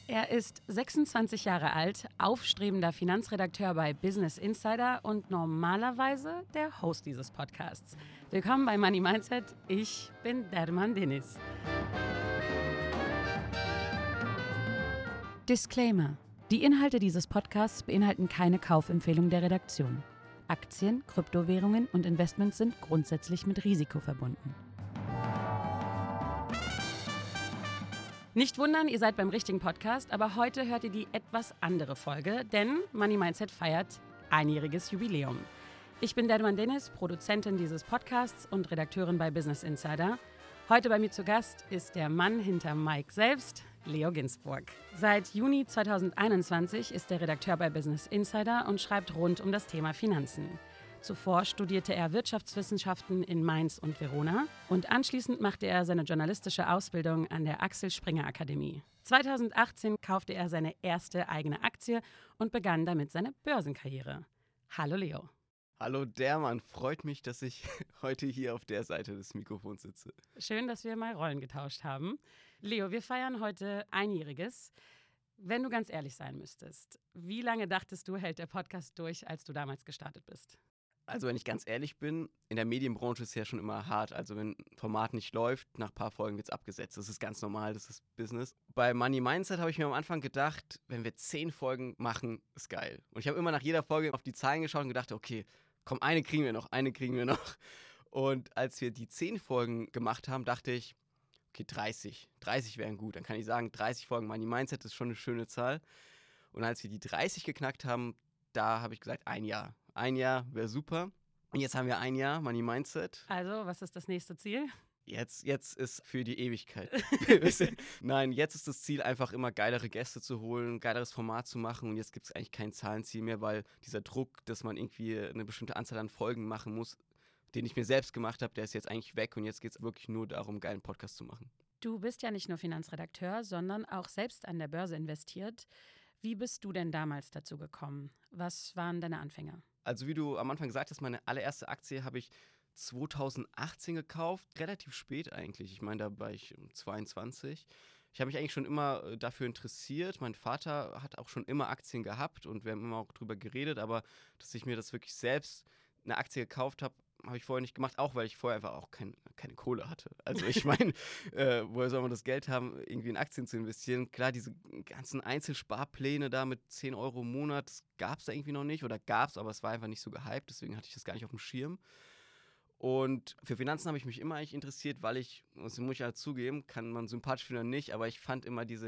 Er ist 26 Jahre alt, aufstrebender Finanzredakteur bei Business Insider und normalerweise der Host dieses Podcasts. Willkommen bei Money Mindset, ich bin Derman Deniz. Disclaimer: Die Inhalte dieses Podcasts beinhalten keine Kaufempfehlung der Redaktion. Aktien, Kryptowährungen und Investments sind grundsätzlich mit Risiko verbunden. Nicht wundern, ihr seid beim richtigen Podcast, aber heute hört ihr die etwas andere Folge, denn Money Mindset feiert einjähriges Jubiläum. Ich bin Derman Deniz, Produzentin dieses Podcasts und Redakteurin bei Business Insider. Heute bei mir zu Gast ist der Mann hinter Mike selbst, Leo Ginsburg. Seit Juni 2021 ist er Redakteur bei Business Insider und schreibt rund um das Thema Finanzen. Zuvor studierte er Wirtschaftswissenschaften in Mainz und Verona und anschließend machte er seine journalistische Ausbildung an der Axel Springer Akademie. 2018 kaufte er seine erste eigene Aktie und begann damit seine Börsenkarriere. Hallo Leo. Hallo Derman, freut mich, dass ich heute hier auf der Seite des Mikrofons sitze. Schön, dass wir mal Rollen getauscht haben. Leo, wir feiern heute Einjähriges. Wenn du ganz ehrlich sein müsstest, wie lange dachtest du, hält der Podcast durch, als du damals gestartet bist? Also wenn ich ganz ehrlich bin, in der Medienbranche ist es ja schon immer hart. Also wenn ein Format nicht läuft, nach ein paar Folgen wird es abgesetzt. Das ist ganz normal, das ist Business. Bei Money Mindset habe ich mir am Anfang gedacht, wenn wir 10 Folgen machen, ist geil. Und ich habe immer nach jeder Folge auf die Zahlen geschaut und gedacht, okay, komm, eine kriegen wir noch. Und als wir die 10 Folgen gemacht haben, dachte ich, okay, 30 wären gut. Dann kann ich sagen, 30 Folgen Money Mindset ist schon eine schöne Zahl. Und als wir die 30 geknackt haben, da habe ich gesagt, ein Jahr. Ein Jahr wäre super. Und jetzt haben wir ein Jahr Money Mindset. Also, was ist das nächste Ziel? Jetzt ist für die Ewigkeit. Nein, jetzt ist das Ziel, einfach immer geilere Gäste zu holen, geileres Format zu machen. Und jetzt gibt es eigentlich kein Zahlenziel mehr, weil dieser Druck, dass man irgendwie eine bestimmte Anzahl an Folgen machen muss, den ich mir selbst gemacht habe, der ist jetzt eigentlich weg. Und jetzt geht es wirklich nur darum, einen geilen Podcast zu machen. Du bist ja nicht nur Finanzredakteur, sondern auch selbst an der Börse investiert. Wie bist du denn damals dazu gekommen? Was waren deine Anfänge? Also wie du am Anfang gesagt hast, meine allererste Aktie habe ich 2018 gekauft, relativ spät eigentlich. Ich meine, da war ich 22. Ich habe mich eigentlich schon immer dafür interessiert. Mein Vater hat auch schon immer Aktien gehabt und wir haben immer auch drüber geredet, aber dass ich mir das wirklich selbst eine Aktie gekauft habe, habe ich vorher nicht gemacht, auch weil ich vorher einfach auch keine Kohle hatte. Also ich meine, woher soll man das Geld haben, irgendwie in Aktien zu investieren? Klar, diese ganzen Einzelsparpläne da mit 10 Euro im Monat, das gab es da irgendwie noch nicht oder gab es, aber es war einfach nicht so gehypt, deswegen hatte ich das gar nicht auf dem Schirm. Und für Finanzen habe ich mich immer eigentlich interessiert, weil das muss ich halt zugeben, kann man sympathisch finden oder nicht, aber ich fand immer diese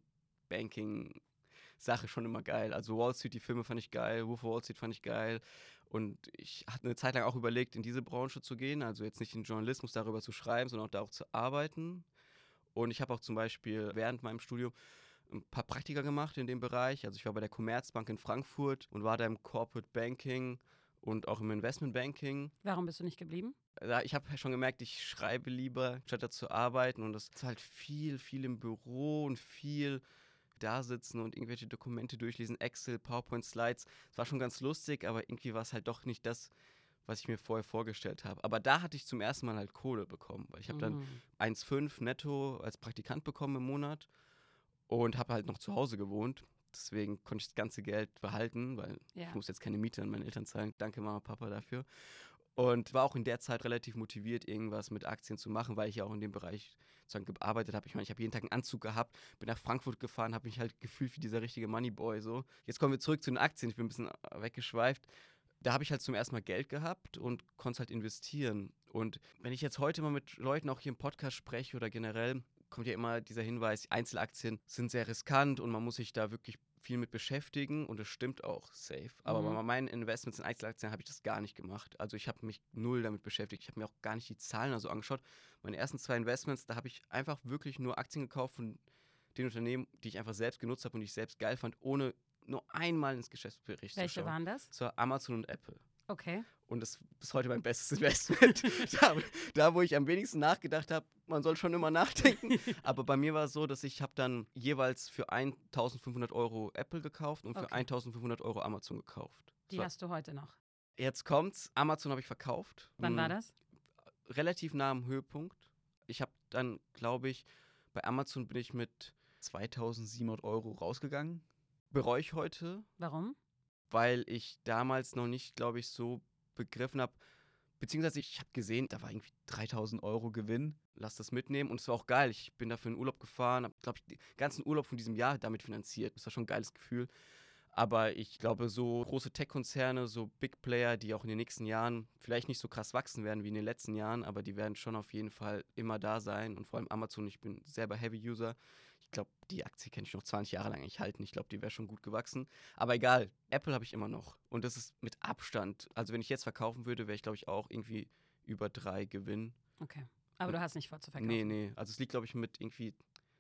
Investmentbanking-Sache schon immer geil. Also Wall Street, die Filme fand ich geil, Wolf of Wall Street fand ich geil. Und ich hatte eine Zeit lang auch überlegt, in diese Branche zu gehen, also jetzt nicht in Journalismus darüber zu schreiben, sondern auch da auch zu arbeiten. Und ich habe auch zum Beispiel während meinem Studium ein paar Praktika gemacht in dem Bereich. Also ich war bei der Commerzbank in Frankfurt und war da im Corporate Banking und auch im Investment Banking. Warum bist du nicht geblieben? Ich habe schon gemerkt, ich schreibe lieber, statt da zu arbeiten. Und das ist halt viel im Büro und viel da sitzen und irgendwelche Dokumente durchlesen, Excel, PowerPoint-Slides. Es war schon ganz lustig, aber irgendwie war es halt doch nicht das, was ich mir vorher vorgestellt habe. Aber da hatte ich zum ersten Mal halt Kohle bekommen, weil ich habe dann 1,5 netto als Praktikant bekommen im Monat und habe halt noch zu Hause gewohnt. Deswegen konnte ich das ganze Geld behalten, weil ich muss jetzt keine Miete an meine Eltern zahlen. Danke Mama, Papa dafür. Und war auch in der Zeit relativ motiviert, irgendwas mit Aktien zu machen, weil ich ja auch in dem Bereich sozusagen gearbeitet habe. Ich meine, ich habe jeden Tag einen Anzug gehabt, bin nach Frankfurt gefahren, habe mich halt gefühlt wie dieser richtige Moneyboy. So. Jetzt kommen wir zurück zu den Aktien. Ich bin ein bisschen weggeschweift. Da habe ich halt zum ersten Mal Geld gehabt und konnte es halt investieren. Und wenn ich jetzt heute mal mit Leuten auch hier im Podcast spreche oder generell, kommt ja immer dieser Hinweis, Einzelaktien sind sehr riskant und man muss sich da wirklich viel mit beschäftigen und das stimmt auch safe. Aber bei meinen Investments in Einzelaktien habe ich das gar nicht gemacht. Also ich habe mich null damit beschäftigt. Ich habe mir auch gar nicht die Zahlen also angeschaut. Meine ersten 2 Investments, da habe ich einfach wirklich nur Aktien gekauft von den Unternehmen, die ich einfach selbst genutzt habe und die ich selbst geil fand, ohne nur einmal ins Geschäftsbericht zu schauen. Welche waren das? Das war Amazon und Apple. Okay. Und das ist bis heute mein bestes Investment. da, wo ich am wenigsten nachgedacht habe, man soll schon immer nachdenken. Aber bei mir war es so, dass ich habe dann jeweils für 1.500 Euro Apple gekauft und für 1.500 Euro Amazon gekauft. Die hast du heute noch? Jetzt kommt's. Amazon habe ich verkauft. Wann war das? Relativ nah am Höhepunkt. Ich habe dann, glaube ich, bei Amazon bin ich mit 2.700 € rausgegangen. Bereue ich heute, Warum? weil ich damals noch nicht, glaube ich, so begriffen habe, beziehungsweise ich habe gesehen, da war irgendwie 3.000 € Gewinn. Lass das mitnehmen. Und es war auch geil. Ich bin dafür in Urlaub gefahren, habe, glaube ich, den ganzen Urlaub von diesem Jahr damit finanziert. Das war schon ein geiles Gefühl. Aber ich glaube, so große Tech-Konzerne, so Big Player, die auch in den nächsten Jahren vielleicht nicht so krass wachsen werden wie in den letzten Jahren, aber die werden schon auf jeden Fall immer da sein. Und vor allem Amazon, ich bin selber Heavy-User. Ich glaube, die Aktie kann ich noch 20 Jahre lang nicht halten. Ich glaube, die wäre schon gut gewachsen. Aber egal, Apple habe ich immer noch. Und das ist mit Abstand. Also wenn ich jetzt verkaufen würde, wäre ich, glaube ich, auch irgendwie über 3 Gewinn. Okay. Aber du hast nicht vor zu verkaufen. Nee. Also es liegt, glaube ich, mit irgendwie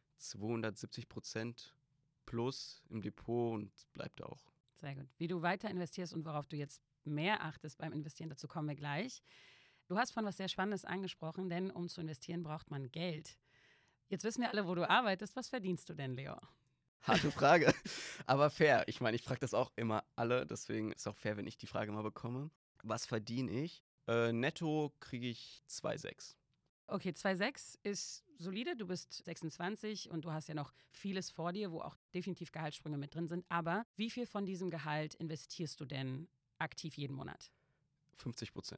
270% plus im Depot und bleibt auch. Sehr gut. Wie du weiter investierst und worauf du jetzt mehr achtest beim Investieren, dazu kommen wir gleich. Du hast von was sehr Spannendes angesprochen, denn um zu investieren, braucht man Geld. Jetzt wissen wir alle, wo du arbeitest. Was verdienst du denn, Leo? Harte Frage, aber fair. Ich meine, ich frage das auch immer alle, deswegen ist es auch fair, wenn ich die Frage mal bekomme. Was verdiene ich? Netto kriege ich 2,6. Okay, 2,6 ist solide. Du bist 26 und du hast ja noch vieles vor dir, wo auch definitiv Gehaltssprünge mit drin sind. Aber wie viel von diesem Gehalt investierst du denn aktiv jeden Monat? 50%.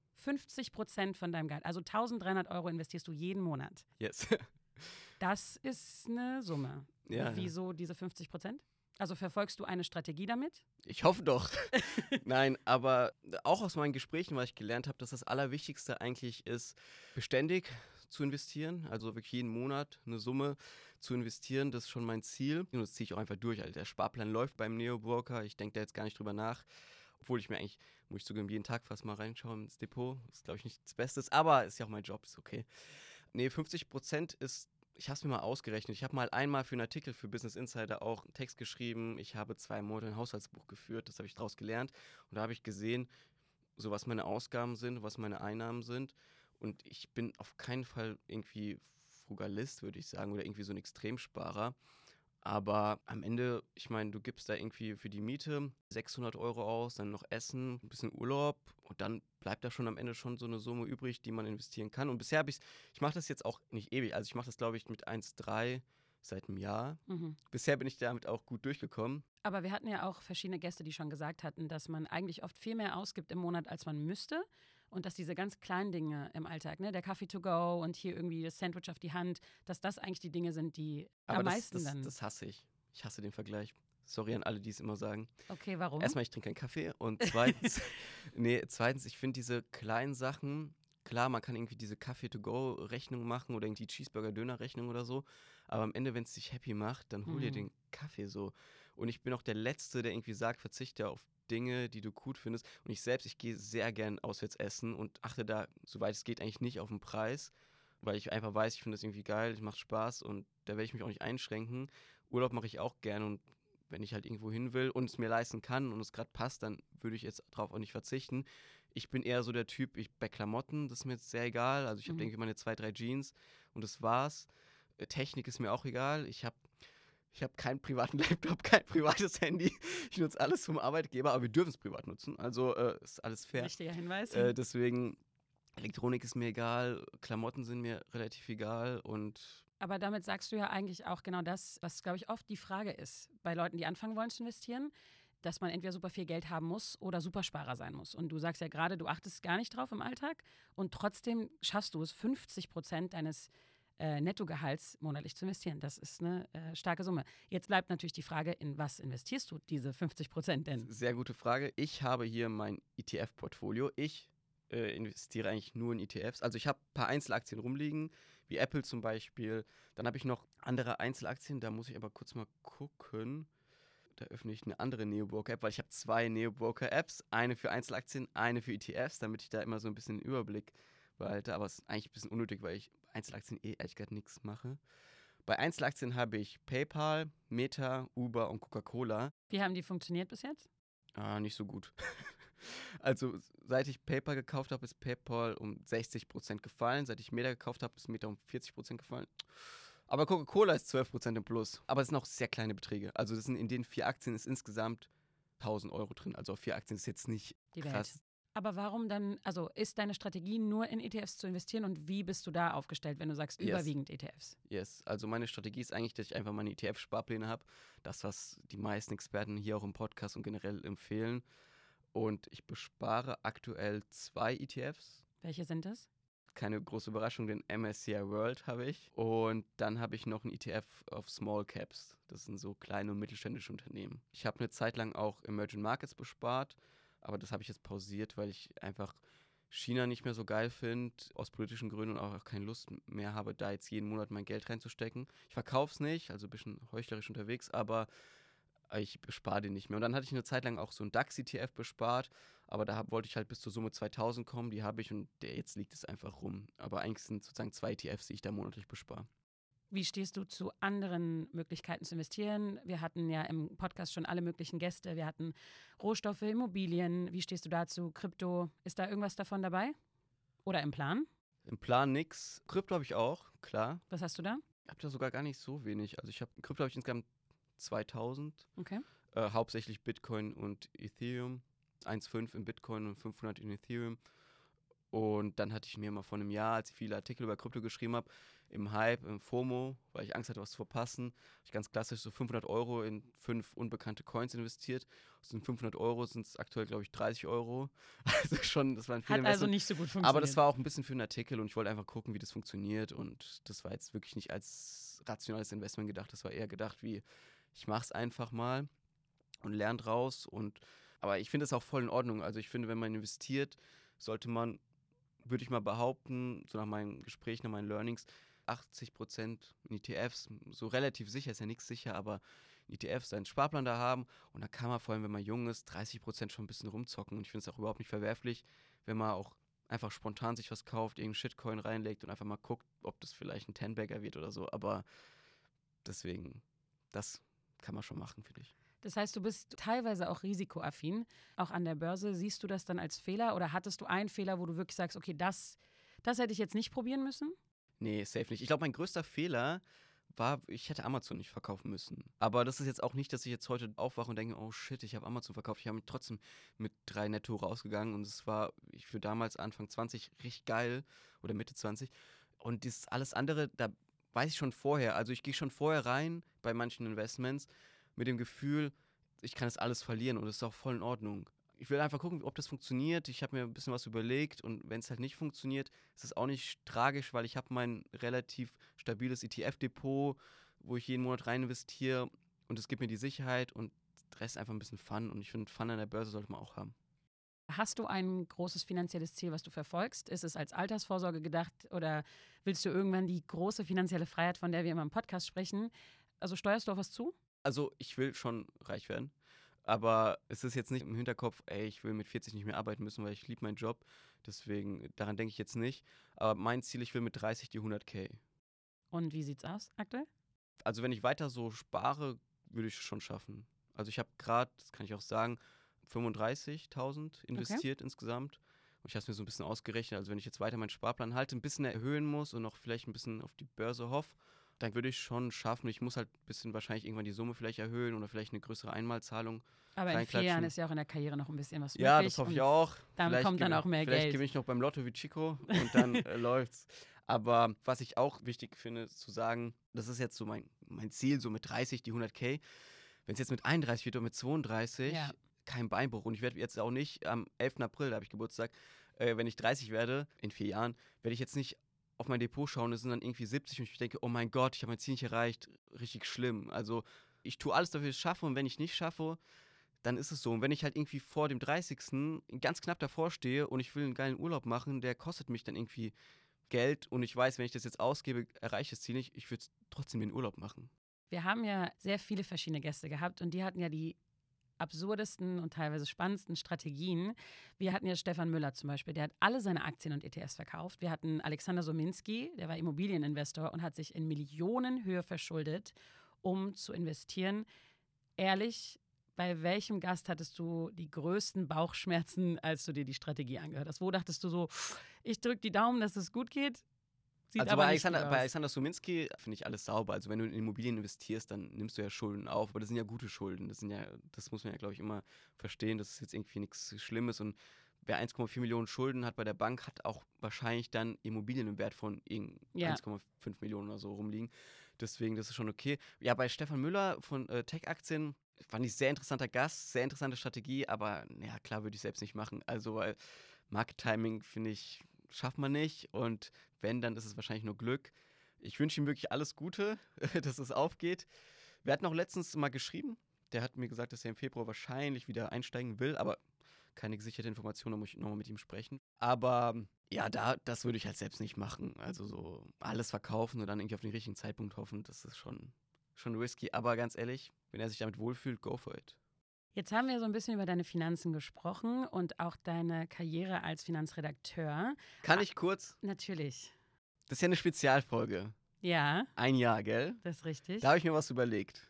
50% von deinem Gehalt, also 1.300 € investierst du jeden Monat. Yes. Das ist eine Summe. Ja. Wieso diese 50%? Also verfolgst du eine Strategie damit? Ich hoffe doch. Nein, aber auch aus meinen Gesprächen, weil ich gelernt habe, dass das Allerwichtigste eigentlich ist, beständig zu investieren. Also wirklich jeden Monat eine Summe zu investieren. Das ist schon mein Ziel. Und das ziehe ich auch einfach durch. Also der Sparplan läuft beim Neo-Broker. Ich denke da jetzt gar nicht drüber nach. Obwohl ich mir eigentlich, muss ich zugeben, jeden Tag fast mal reinschauen ins Depot. Das ist, glaube ich, nicht das Beste. Aber ist ja auch mein Job, ist okay. Nee, 50% ist, ich habe es mir mal ausgerechnet. Ich habe einmal für einen Artikel für Business Insider auch einen Text geschrieben. Ich habe 2 Monate ein Haushaltsbuch geführt. Das habe ich daraus gelernt. Und da habe ich gesehen, so was meine Ausgaben sind, was meine Einnahmen sind. Und ich bin auf keinen Fall irgendwie Frugalist, würde ich sagen, oder irgendwie so ein Extremsparer. Aber am Ende, ich meine, du gibst da irgendwie für die Miete 600 € aus, dann noch Essen, ein bisschen Urlaub und dann bleibt da schon am Ende schon so eine Summe übrig, die man investieren kann. Und bisher habe ich mache das jetzt auch nicht ewig, also ich mache das, glaube ich, mit 1,3 seit einem Jahr. Bisher bin ich damit auch gut durchgekommen. Aber wir hatten ja auch verschiedene Gäste, die schon gesagt hatten, dass man eigentlich oft viel mehr ausgibt im Monat, als man müsste. Und dass diese ganz kleinen Dinge im Alltag, ne, der Kaffee to go und hier irgendwie das Sandwich auf die Hand, dass das eigentlich die Dinge sind, die Aber am meisten dann. das hasse ich. Ich hasse den Vergleich. Sorry an alle, die es immer sagen. Okay, warum? Erstmal, ich trinke keinen Kaffee und zweitens, ich finde diese kleinen Sachen, klar, man kann irgendwie diese Kaffee-to-go-Rechnung machen oder irgendwie Cheeseburger-Döner-Rechnung oder so, aber am Ende, wenn es dich happy macht, dann hol dir den Kaffee so. Und ich bin auch der Letzte, der irgendwie sagt, verzichte auf Dinge, die du gut findest. Und ich gehe sehr gern auswärts essen und achte da, soweit es geht, eigentlich nicht auf den Preis, weil ich einfach weiß, ich finde das irgendwie geil, es macht Spaß und da werde ich mich auch nicht einschränken. Urlaub mache ich auch gerne und wenn ich halt irgendwo hin will und es mir leisten kann und es gerade passt, dann würde ich jetzt drauf auch nicht verzichten. Ich bin eher so der Typ, bei Klamotten, das ist mir jetzt sehr egal. Also ich habe irgendwie meine 2, 3 Jeans und das war's. Technik ist mir auch egal. Ich habe keinen privaten Laptop, kein privates Handy. Ich nutze alles vom Arbeitgeber, aber wir dürfen es privat nutzen. Also ist alles fair. Richtiger Hinweis. Deswegen, Elektronik ist mir egal, Klamotten sind mir relativ egal und Aber damit sagst du ja eigentlich auch genau das, was, glaube ich, oft die Frage ist bei Leuten, die anfangen wollen zu investieren, dass man entweder super viel Geld haben muss oder Supersparer sein muss. Und du sagst ja gerade, du achtest gar nicht drauf im Alltag und trotzdem schaffst du es, 50% deines Nettogehalts monatlich zu investieren. Das ist eine starke Summe. Jetzt bleibt natürlich die Frage, in was investierst du diese 50% denn? Sehr gute Frage. Ich habe hier mein ETF-Portfolio. Ich investiere eigentlich nur in ETFs. Also ich habe ein paar Einzelaktien rumliegen, wie Apple zum Beispiel. Dann habe ich noch andere Einzelaktien, da muss ich aber kurz mal gucken. Da öffne ich eine andere Neo-Broker-App, weil ich habe 2 Neo-Broker-Apps. Eine für Einzelaktien, eine für ETFs, damit ich da immer so ein bisschen den Überblick behalte. Aber es ist eigentlich ein bisschen unnötig, weil ich Einzelaktien ehrlich gesagt nichts mache. Bei Einzelaktien habe ich PayPal, Meta, Uber und Coca-Cola. Wie haben die funktioniert bis jetzt? Nicht so gut. Also, seit ich PayPal gekauft habe, ist PayPal um 60% gefallen. Seit ich Meta gekauft habe, ist Meta um 40% gefallen. Aber Coca-Cola ist 12% im Plus. Aber es sind auch sehr kleine Beträge. Also, das sind in den 4 Aktien ist insgesamt 1.000 € drin. Also, auf 4 Aktien ist jetzt nicht Die krass. Welt. Aber warum dann, also ist deine Strategie nur in ETFs zu investieren und wie bist du da aufgestellt, wenn du sagst, überwiegend ETFs? Yes, also meine Strategie ist eigentlich, dass ich einfach meine ETF-Sparpläne habe. Das, was die meisten Experten hier auch im Podcast und generell empfehlen. Und ich bespare aktuell 2 ETFs. Welche sind das? Keine große Überraschung, den MSCI World habe ich. Und dann habe ich noch einen ETF auf Small Caps. Das sind so kleine und mittelständische Unternehmen. Ich habe eine Zeit lang auch Emerging Markets bespart, aber das habe ich jetzt pausiert, weil ich einfach China nicht mehr so geil finde, aus politischen Gründen und auch keine Lust mehr habe, da jetzt jeden Monat mein Geld reinzustecken. Ich verkaufe es nicht, also ein bisschen heuchlerisch unterwegs, aber ich bespare den nicht mehr. Und dann hatte ich eine Zeit lang auch so einen DAX-ETF bespart, aber da wollte ich halt bis zur Summe 2000 kommen, die habe ich und jetzt liegt es einfach rum. Aber eigentlich sind sozusagen 2 ETFs, die ich da monatlich bespare. Wie stehst du zu anderen Möglichkeiten zu investieren? Wir hatten ja im Podcast schon alle möglichen Gäste. Wir hatten Rohstoffe, Immobilien. Wie stehst du dazu? Krypto, ist da irgendwas davon dabei? Oder im Plan? Im Plan nix. Krypto habe ich auch, klar. Was hast du da? Ich habe da sogar gar nicht so wenig. Also Krypto habe ich insgesamt 2000. Okay. Hauptsächlich Bitcoin und Ethereum. 1,5 in Bitcoin und 500 in Ethereum. Und dann hatte ich mir mal vor einem Jahr, als ich viele Artikel über Krypto geschrieben habe, im Hype, im FOMO, weil ich Angst hatte, was zu verpassen, habe ich ganz klassisch so 500 Euro in 5 unbekannte Coins investiert. Aus den 500 Euro sind es aktuell, glaube ich, 30 Euro. Also schon, das waren viele Hat also Investments. nicht so gut funktioniert. Aber das war auch ein bisschen für einen Artikel und ich wollte einfach gucken, wie das funktioniert. Und das war jetzt wirklich nicht als rationales Investment gedacht. Das war eher gedacht wie, ich mache es einfach mal und lerne draus. Aber ich finde es auch voll in Ordnung. Also ich finde, wenn man investiert, sollte man, würde ich mal behaupten, so nach meinem Gespräch, nach meinen Learnings, 80% in ETFs, so relativ sicher, ist ja nichts sicher, aber in ETFs seinen Sparplan da haben und da kann man vor allem, wenn man jung ist, 30% schon ein bisschen rumzocken und ich finde es auch überhaupt nicht verwerflich, wenn man auch einfach spontan sich was kauft, irgendeinen Shitcoin reinlegt und einfach mal guckt, ob das vielleicht ein Ten-Bagger wird oder so, aber deswegen, das kann man schon machen, finde ich. Das heißt, du bist teilweise auch risikoaffin. Auch an der Börse siehst du das dann als Fehler oder hattest du einen Fehler, wo du wirklich sagst, okay, das hätte ich jetzt nicht probieren müssen? Nee, safe nicht. Ich glaube, mein größter Fehler war, ich hätte Amazon nicht verkaufen müssen. Aber das ist jetzt auch nicht, dass ich jetzt heute aufwache und denke, oh shit, ich habe Amazon verkauft. Ich habe trotzdem mit 3 netto rausgegangen und es war für damals Anfang 20 richtig geil oder Mitte 20. Und das alles andere, da weiß ich schon vorher. Also ich gehe schon vorher rein bei manchen Investments mit dem Gefühl, ich kann das alles verlieren und das ist auch voll in Ordnung. Ich will einfach gucken, ob das funktioniert. Ich habe mir ein bisschen was überlegt und wenn es halt nicht funktioniert, ist es auch nicht tragisch, weil ich habe mein relativ stabiles ETF-Depot, wo ich jeden Monat rein investiere und es gibt mir die Sicherheit und der Rest einfach ein bisschen Fun und ich finde, Fun an der Börse sollte man auch haben. Hast du ein großes finanzielles Ziel, was du verfolgst? Ist es als Altersvorsorge gedacht oder willst du irgendwann die große finanzielle Freiheit, von der wir immer im Podcast sprechen? Also steuerst du auf was zu? Also ich will schon reich werden. Aber es ist jetzt nicht im Hinterkopf, ey, ich will mit 40 nicht mehr arbeiten müssen, weil ich liebe meinen Job. Deswegen, daran denke ich jetzt nicht. Aber mein Ziel, ich will mit 30 die 100.000. Und wie sieht's aus aktuell? Also wenn ich weiter so spare, würde ich es schon schaffen. Also ich habe gerade, das kann ich auch sagen, 35.000 investiert insgesamt. Und ich habe es mir so ein bisschen ausgerechnet. Also wenn ich jetzt weiter meinen Sparplan halte, ein bisschen erhöhen muss und noch vielleicht ein bisschen auf die Börse hoffe, dann würde ich schon schaffen. Ich muss halt ein bisschen wahrscheinlich irgendwann die Summe vielleicht erhöhen oder vielleicht eine größere Einmalzahlung Aber in 4 Jahren reinklatschen. ist ja auch in der Karriere noch ein bisschen was möglich. Ja, das hoffe ich auch. Dann Vielleicht kommt dann auch mehr Vielleicht Geld. gewinne ich noch beim Lotto wie Chico und dann läuft's. Aber was ich auch wichtig finde, ist zu sagen, das ist jetzt so mein Ziel, so mit 30 die 100.000. Wenn es jetzt mit 31 wird oder mit 32, Ja. kein Beinbruch. Und ich werde jetzt auch nicht am 11. April, da habe ich Geburtstag, wenn ich 30 werde, in 4 Jahren, werde ich jetzt nicht auf mein Depot schauen, das sind dann irgendwie 70 und ich denke, oh mein Gott, ich habe mein Ziel nicht erreicht, richtig schlimm. Also ich tue alles dafür, dass ich es schaffe und wenn ich nicht schaffe, dann ist es so. Und wenn ich halt irgendwie vor dem 30. ganz knapp davor stehe und ich will einen geilen Urlaub machen, der kostet mich dann irgendwie Geld und ich weiß, wenn ich das jetzt ausgebe, erreiche ich das Ziel nicht, ich würde trotzdem den Urlaub machen. Wir haben ja sehr viele verschiedene Gäste gehabt und die hatten ja die absurdesten und teilweise spannendsten Strategien. Wir hatten ja Stefan Müller zum Beispiel, der hat alle seine Aktien und ETFs verkauft. Wir hatten Alexander Sominski, der war Immobilieninvestor und hat sich in Millionenhöhe verschuldet, um zu investieren. Ehrlich, bei welchem Gast hattest du die größten Bauchschmerzen, als du dir die Strategie angehört hast? Wo dachtest du so, ich drücke die Daumen, dass es gut geht? Sieht Also aber bei nicht gut aus. Alexander Sominski finde ich alles sauber. Also wenn du in Immobilien investierst, dann nimmst du ja Schulden auf. Aber das sind ja gute Schulden. Das muss man ja, glaube ich, immer verstehen. Das ist jetzt irgendwie nichts Schlimmes. Und wer 1,4 Millionen Schulden hat bei der Bank, hat auch wahrscheinlich dann Immobilien im Wert von 1,5 Millionen oder so rumliegen. Deswegen, das ist schon okay. Ja, bei Stefan Müller von Tech-Aktien fand ich sehr interessanter Gast, sehr interessante Strategie, aber ja, klar würde ich selbst nicht machen. Also, weil Market-Timing, finde ich, schafft man nicht und wenn, dann ist es wahrscheinlich nur Glück. Ich wünsche ihm wirklich alles Gute, dass es aufgeht. Wir hatten auch letztens mal geschrieben, der hat mir gesagt, dass er im Februar wahrscheinlich wieder einsteigen will, aber keine gesicherte Information, da muss ich nochmal mit ihm sprechen. Aber ja, das würde ich halt selbst nicht machen. Also so alles verkaufen und dann irgendwie auf den richtigen Zeitpunkt hoffen, das ist schon risky. Aber ganz ehrlich, wenn er sich damit wohlfühlt, go for it. Jetzt haben wir so ein bisschen über deine Finanzen gesprochen und auch deine Karriere als Finanzredakteur. Kann ich kurz? Natürlich. Das ist ja eine Spezialfolge. Ja, Ein Jahr, gell? das ist richtig. Da habe ich mir was überlegt.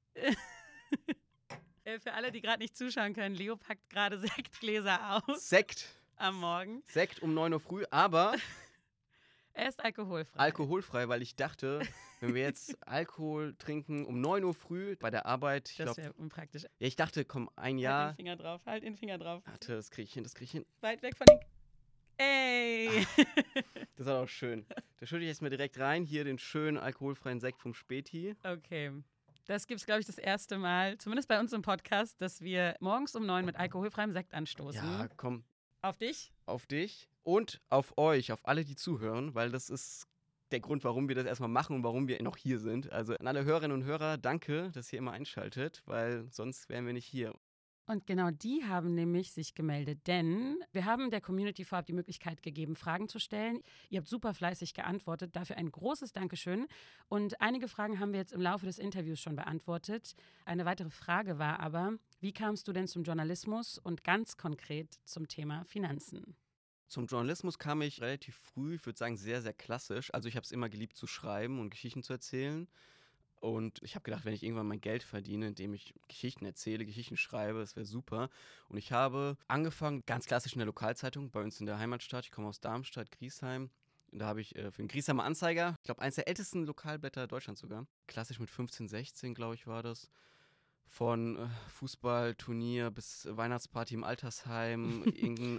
Für alle, die gerade nicht zuschauen können, Leo packt gerade Sektgläser aus Sekt. am Morgen. Sekt um 9 Uhr früh, aber Er ist alkoholfrei. alkoholfrei, weil ich dachte, wenn wir jetzt Alkohol trinken um 9 Uhr früh bei der Arbeit, ich Das glaube, wäre unpraktisch. ja, ich dachte, komm, ein Halt Jahr. den Finger drauf, halt den Finger drauf. Warte, das kriege ich hin, das kriege ich hin. Weit weg von den... Ey! Das war doch schön. Da schütte ich jetzt mal direkt rein, hier den schönen alkoholfreien Sekt vom Späti. Okay. Das gibt's, glaube ich, das erste Mal, zumindest bei uns im Podcast, dass wir morgens um 9 mit alkoholfreiem Sekt anstoßen. Ja, komm, Auf dich? auf dich und auf euch, auf alle, die zuhören, weil das ist der Grund, warum wir das erstmal machen und warum wir noch hier sind. Also an alle Hörerinnen und Hörer, danke, dass ihr immer einschaltet, weil sonst wären wir nicht hier. Und genau die haben nämlich sich gemeldet, denn wir haben der Community vorab die Möglichkeit gegeben, Fragen zu stellen. Ihr habt super fleißig geantwortet, dafür ein großes Dankeschön. Und einige Fragen haben wir jetzt im Laufe des Interviews schon beantwortet. Eine weitere Frage war aber, wie kamst du denn zum Journalismus und ganz konkret zum Thema Finanzen? Zum Journalismus kam ich relativ früh, ich würde sagen sehr, sehr klassisch. Also ich habe es immer geliebt zu schreiben und Geschichten zu erzählen. Und ich habe gedacht, wenn ich irgendwann mein Geld verdiene, indem ich Geschichten erzähle, Geschichten schreibe, das wäre super. Und ich habe angefangen, ganz klassisch in der Lokalzeitung, bei uns in der Heimatstadt. Ich komme aus Darmstadt, Griesheim. Und da habe ich für den Griesheimer Anzeiger, ich glaube, eines der ältesten Lokalblätter Deutschlands sogar. Klassisch mit 15, 16, glaube ich, war das. Von Fußballturnier bis Weihnachtsparty im Altersheim, irgendein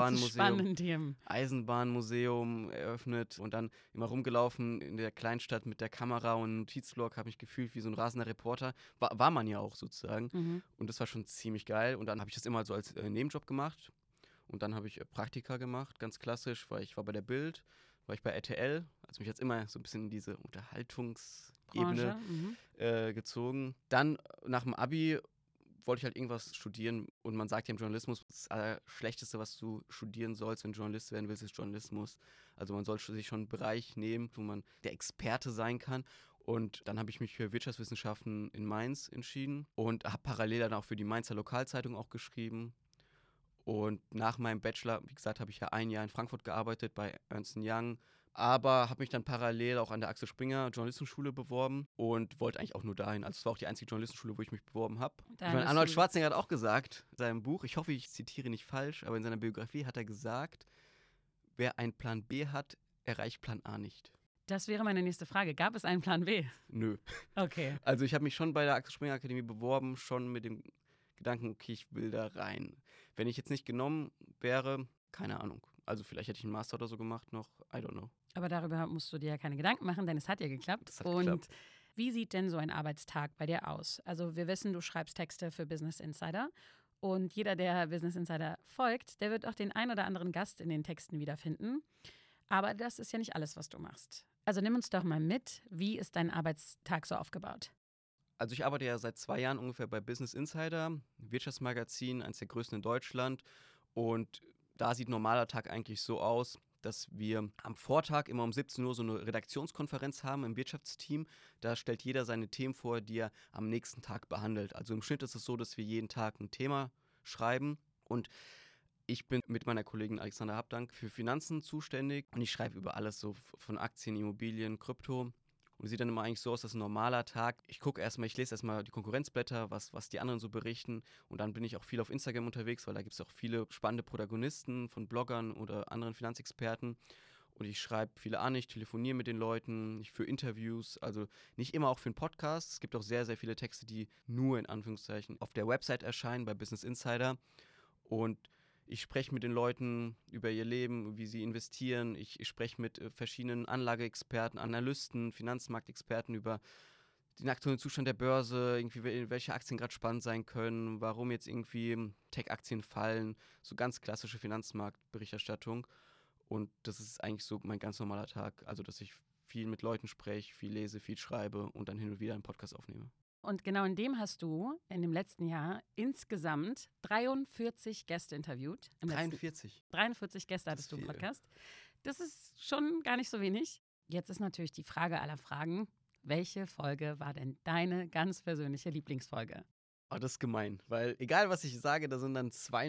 Eisenbahnmuseum eröffnet und dann immer rumgelaufen in der Kleinstadt mit der Kamera und Notizblock, habe mich gefühlt wie so ein rasender Reporter. War man ja auch sozusagen. Und das war schon ziemlich geil. Und dann habe ich das immer so als Nebenjob gemacht. Und dann habe ich Praktika gemacht, ganz klassisch, weil ich war bei der Bild, war ich bei RTL, also mich jetzt immer so ein bisschen in diese Unterhaltungsebene gezogen. Dann nach dem Abi wollte ich halt irgendwas studieren und man sagt ja im Journalismus, das Schlechteste, was du studieren sollst, wenn du Journalist werden willst, ist Journalismus. Also man soll sich schon einen Bereich nehmen, wo man der Experte sein kann. Und dann habe ich mich für Wirtschaftswissenschaften in Mainz entschieden und habe parallel dann auch für die Mainzer Lokalzeitung auch geschrieben. Und nach meinem Bachelor, wie gesagt, habe ich ja ein Jahr in Frankfurt gearbeitet bei Ernst & Young, aber habe mich dann parallel auch an der Axel Springer Journalistenschule beworben und wollte eigentlich auch nur dahin. Also es war auch die einzige Journalistenschule, wo ich mich beworben habe. Ich meine, Arnold Schwarzenegger hat auch gesagt in seinem Buch, ich hoffe, ich zitiere nicht falsch, aber in seiner Biografie hat er gesagt, wer einen Plan B hat, erreicht Plan A nicht. Das wäre meine nächste Frage. Gab es einen Plan B? Nö. Okay. Also ich habe mich schon bei der Axel Springer Akademie beworben, schon mit dem Gedanken, okay, ich will da rein. Wenn ich jetzt nicht genommen wäre, keine Ahnung. Also vielleicht hätte ich einen Master oder so gemacht noch, I don't know. Aber darüber musst du dir ja keine Gedanken machen, denn es hat ja geklappt. Das hat geklappt. Wie sieht denn so ein Arbeitstag bei dir aus? Also wir wissen, du schreibst Texte für Business Insider und jeder, der Business Insider folgt, der wird auch den ein oder anderen Gast in den Texten wiederfinden. Aber das ist ja nicht alles, was du machst. Also nimm uns doch mal mit, wie ist dein Arbeitstag so aufgebaut? Also ich arbeite ja seit 2 Jahren ungefähr bei Business Insider, Wirtschaftsmagazin, eines der größten in Deutschland. Und da sieht ein normaler Tag eigentlich so aus, dass wir am Vortag immer um 17 Uhr so eine Redaktionskonferenz haben im Wirtschaftsteam. Da stellt jeder seine Themen vor, die er am nächsten Tag behandelt. Also im Schnitt ist es so, dass wir jeden Tag ein Thema schreiben und ich bin mit meiner Kollegin Alexandra Habdank für Finanzen zuständig und ich schreibe über alles so von Aktien, Immobilien, Krypto. Und es sieht dann immer eigentlich so aus, dass ein normaler Tag, ich lese erstmal die Konkurrenzblätter, was die anderen so berichten und dann bin ich auch viel auf Instagram unterwegs, weil da gibt es auch viele spannende Protagonisten von Bloggern oder anderen Finanzexperten und ich schreibe viele an, ich telefoniere mit den Leuten, ich führe Interviews, also nicht immer auch für einen Podcast. Es gibt auch sehr, sehr viele Texte, die nur in Anführungszeichen auf der Website erscheinen, bei Business Insider und Ich spreche mit den Leuten über ihr Leben, wie sie investieren. Ich spreche mit verschiedenen Anlageexperten, Analysten, Finanzmarktexperten über den aktuellen Zustand der Börse, irgendwie welche Aktien gerade spannend sein können, warum jetzt irgendwie Tech-Aktien fallen, so ganz klassische Finanzmarktberichterstattung. Und das ist eigentlich so mein ganz normaler Tag, also dass ich viel mit Leuten spreche, viel lese, viel schreibe und dann hin und wieder einen Podcast aufnehme. Und genau in dem hast du in dem letzten Jahr insgesamt 43 Gäste interviewt. 43 Gäste hattest du im Podcast. Das ist schon gar nicht so wenig. Jetzt ist natürlich die Frage aller Fragen. Welche Folge war denn deine ganz persönliche Lieblingsfolge? Oh, das ist gemein, weil egal, was ich sage, da sind dann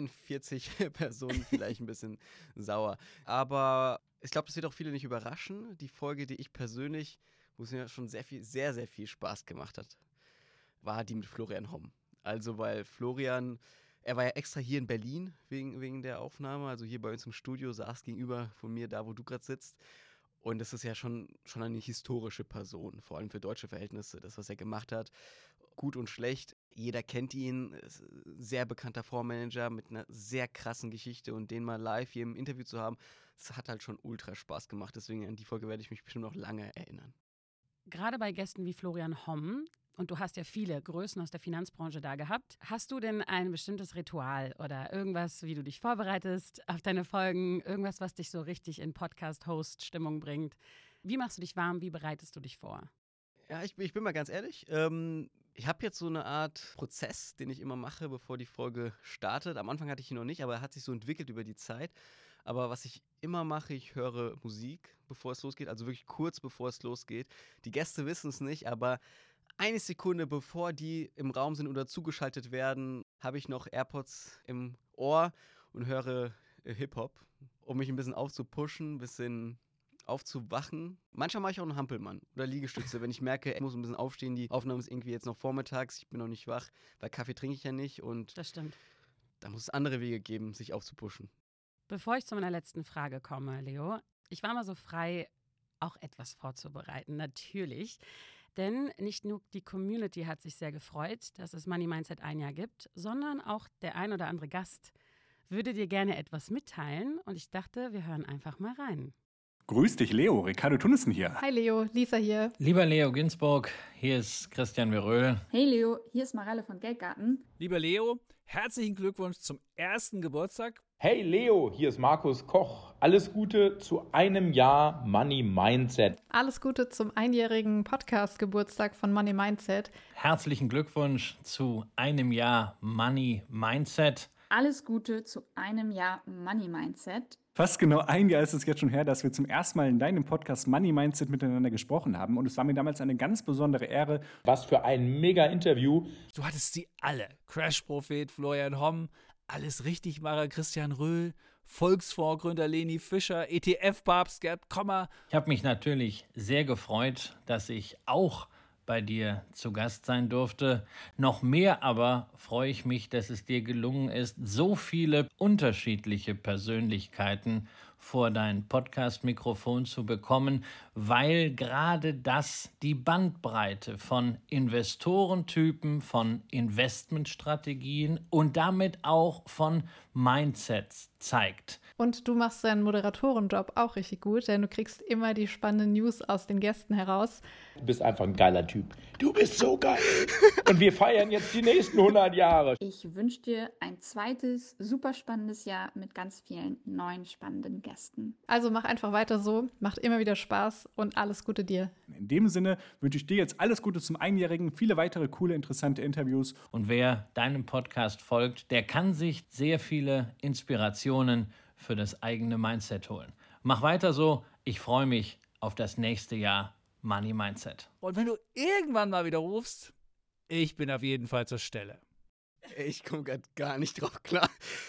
42 Personen vielleicht ein bisschen sauer. Aber ich glaube, das wird auch viele nicht überraschen. Die Folge, die ich persönlich, wo es mir schon sehr viel Spaß gemacht hat, war die mit Florian Homm. Also, weil Florian, er war ja extra hier in Berlin wegen der Aufnahme, also hier bei uns im Studio, saß gegenüber von mir, da wo du gerade sitzt. Und das ist ja schon eine historische Person, vor allem für deutsche Verhältnisse, das, was er gemacht hat. Gut und schlecht, jeder kennt ihn, ist ein sehr bekannter Fondsmanager mit einer sehr krassen Geschichte und den mal live hier im Interview zu haben, das hat halt schon ultra Spaß gemacht. Deswegen an die Folge werde ich mich bestimmt noch lange erinnern. Gerade bei Gästen wie Florian Homm, und du hast ja viele Größen aus der Finanzbranche da gehabt, hast du denn ein bestimmtes Ritual oder irgendwas, wie du dich vorbereitest auf deine Folgen, irgendwas, was dich so richtig in Podcast-Host-Stimmung bringt? Wie machst du dich warm, wie bereitest du dich vor? Ja, ich bin mal ganz ehrlich, ich habe jetzt so eine Art Prozess, den ich immer mache, bevor die Folge startet. Am Anfang hatte ich ihn noch nicht, aber er hat sich so entwickelt über die Zeit. Aber was ich immer mache, ich höre Musik, bevor es losgeht, also wirklich kurz bevor es losgeht. Die Gäste wissen es nicht, aber eine Sekunde bevor die im Raum sind oder zugeschaltet werden, habe ich noch AirPods im Ohr und höre Hip-Hop, um mich ein bisschen aufzupushen, ein bisschen aufzuwachen. Manchmal mache ich auch einen Hampelmann oder Liegestütze, wenn ich merke, ich muss ein bisschen aufstehen, die Aufnahme ist irgendwie jetzt noch vormittags, ich bin noch nicht wach, weil Kaffee trinke ich ja nicht und Das stimmt. da muss es andere Wege geben, sich aufzupushen. Bevor ich zu meiner letzten Frage komme, Leo, ich war mal so frei, auch etwas vorzubereiten, natürlich. Denn nicht nur die Community hat sich sehr gefreut, dass es Money Mindset ein Jahr gibt, sondern auch der ein oder andere Gast würde dir gerne etwas mitteilen. Und ich dachte, wir hören einfach mal rein. Grüß dich, Leo. Ricardo Tunnissen hier. Hi Leo, Lisa hier. Lieber Leo Ginsburg, hier ist Christian Veröhl. Hey Leo, hier ist Marelle von Geldgarten. Lieber Leo, herzlichen Glückwunsch zum 1. Geburtstag. Hey Leo, hier ist Markus Koch. Alles Gute zu einem Jahr Money Mindset. Alles Gute zum einjährigen Podcast-Geburtstag von Money Mindset. Herzlichen Glückwunsch zu einem Jahr Money Mindset. Alles Gute zu einem Jahr Money Mindset. Fast genau ein Jahr ist es jetzt schon her, dass wir zum ersten Mal in deinem Podcast Money Mindset miteinander gesprochen haben. Und es war mir damals eine ganz besondere Ehre. Was für ein mega Interview. Du hattest sie alle. Crash-Prophet Florian Homm, alles Richtigmacher Christian Röhl, Volksfondsgründer Leni Fischer, ETF-Papst Gerd Kommer. Ich habe mich natürlich sehr gefreut, dass ich auch bei dir zu Gast sein durfte. Noch mehr aber freue ich mich, dass es dir gelungen ist, so viele unterschiedliche Persönlichkeiten vor dein Podcast-Mikrofon zu bekommen, weil gerade das die Bandbreite von Investorentypen, von Investmentstrategien und damit auch von Mindsets zeigt. Und du machst deinen Moderatorenjob auch richtig gut, denn du kriegst immer die spannenden News aus den Gästen heraus. Du bist einfach ein geiler Typ. Du bist so geil. Und wir feiern jetzt die nächsten 100 Jahre. Ich wünsche dir ein zweites, super spannendes Jahr mit ganz vielen neuen spannenden Gästen. Also mach einfach weiter so, macht immer wieder Spaß und alles Gute dir. In dem Sinne wünsche ich dir jetzt alles Gute zum Einjährigen, viele weitere coole, interessante Interviews. Und wer deinem Podcast folgt, der kann sich sehr viele Inspirationen für das eigene Mindset holen. Mach weiter so. Ich freue mich auf das nächste Jahr Money Mindset. Und wenn du irgendwann mal wieder rufst, ich bin auf jeden Fall zur Stelle. Ich komme gerade gar nicht drauf klar.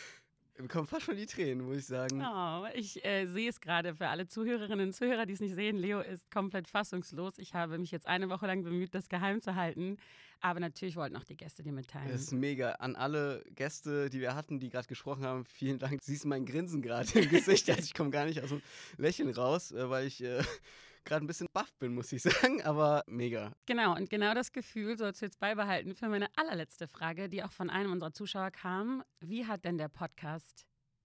Mir kommen fast schon die Tränen, muss ich sagen. Oh, ich sehe es gerade für alle Zuhörerinnen und Zuhörer, die es nicht sehen. Leo ist komplett fassungslos. Ich habe mich jetzt eine Woche lang bemüht, das geheim zu halten. Aber natürlich wollten auch die Gäste dir mitteilen. Das ist mega. An alle Gäste, die wir hatten, die gerade gesprochen haben, vielen Dank. Du siehst mein Grinsen gerade im Gesicht. Also ich komme gar nicht aus dem Lächeln raus, weil ich gerade ein bisschen baff bin, muss ich sagen. Aber mega. Genau, und genau das Gefühl sollst du jetzt beibehalten für meine allerletzte Frage, die auch von einem unserer Zuschauer kam. Wie hat denn der Podcast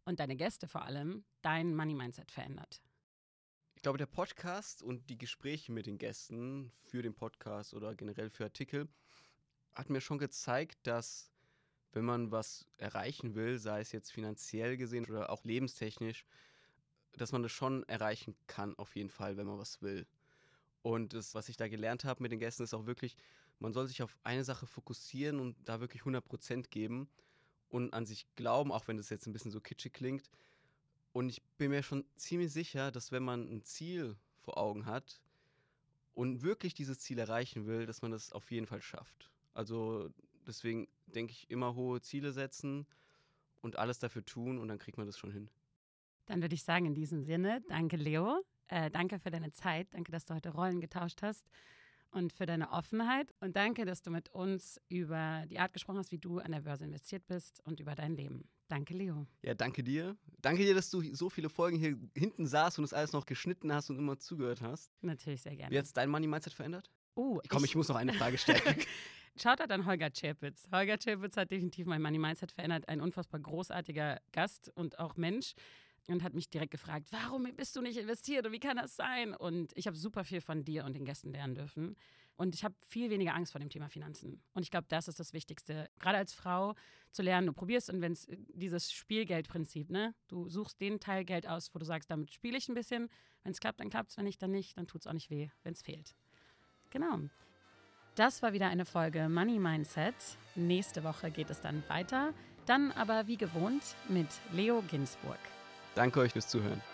und deine Gäste vor allem dein Money-Mindset verändert? Ich glaube, der Podcast und die Gespräche mit den Gästen für den Podcast oder generell für Artikel hat mir schon gezeigt, dass wenn man was erreichen will, sei es jetzt finanziell gesehen oder auch lebenstechnisch, dass man das schon erreichen kann auf jeden Fall, wenn man was will. Und das, was ich da gelernt habe mit den Gästen, ist auch wirklich, man soll sich auf eine Sache fokussieren und da wirklich 100% geben und an sich glauben, auch wenn das jetzt ein bisschen so kitschig klingt. Und ich bin mir schon ziemlich sicher, dass wenn man ein Ziel vor Augen hat und wirklich dieses Ziel erreichen will, dass man das auf jeden Fall schafft. Also deswegen denke ich, immer hohe Ziele setzen und alles dafür tun und dann kriegt man das schon hin. Dann würde ich sagen, in diesem Sinne, danke Leo, danke für deine Zeit, danke, dass du heute Rollen getauscht hast und für deine Offenheit und danke, dass du mit uns über die Art gesprochen hast, wie du an der Börse investiert bist und über dein Leben. Danke, Leo. Ja, danke dir. Danke dir, dass du so viele Folgen hier hinten saßt und das alles noch geschnitten hast und immer zugehört hast. Natürlich, sehr gerne. Wie hat es dein Money-Mindset verändert? Komm, Ich muss noch eine Frage stellen. Shoutout an Holger Czerpitz. Holger Czerpitz hat definitiv mein Money-Mindset verändert. Ein unfassbar großartiger Gast und auch Mensch. Und hat mich direkt gefragt, warum bist du nicht investiert und wie kann das sein? Und ich habe super viel von dir und den Gästen lernen dürfen. Und ich habe viel weniger Angst vor dem Thema Finanzen. Und ich glaube, das ist das Wichtigste, gerade als Frau zu lernen. Du probierst und wenn es dieses Spielgeldprinzip, ne? Du suchst den Teil Geld aus, wo du sagst, damit spiele ich ein bisschen. Wenn es klappt, dann klappt es. Wenn nicht, dann nicht. Dann tut es auch nicht weh, wenn es fehlt. Genau. Das war wieder eine Folge Money Mindset. Nächste Woche geht es dann weiter. Dann aber wie gewohnt mit Leo Ginsburg. Danke euch fürs Zuhören.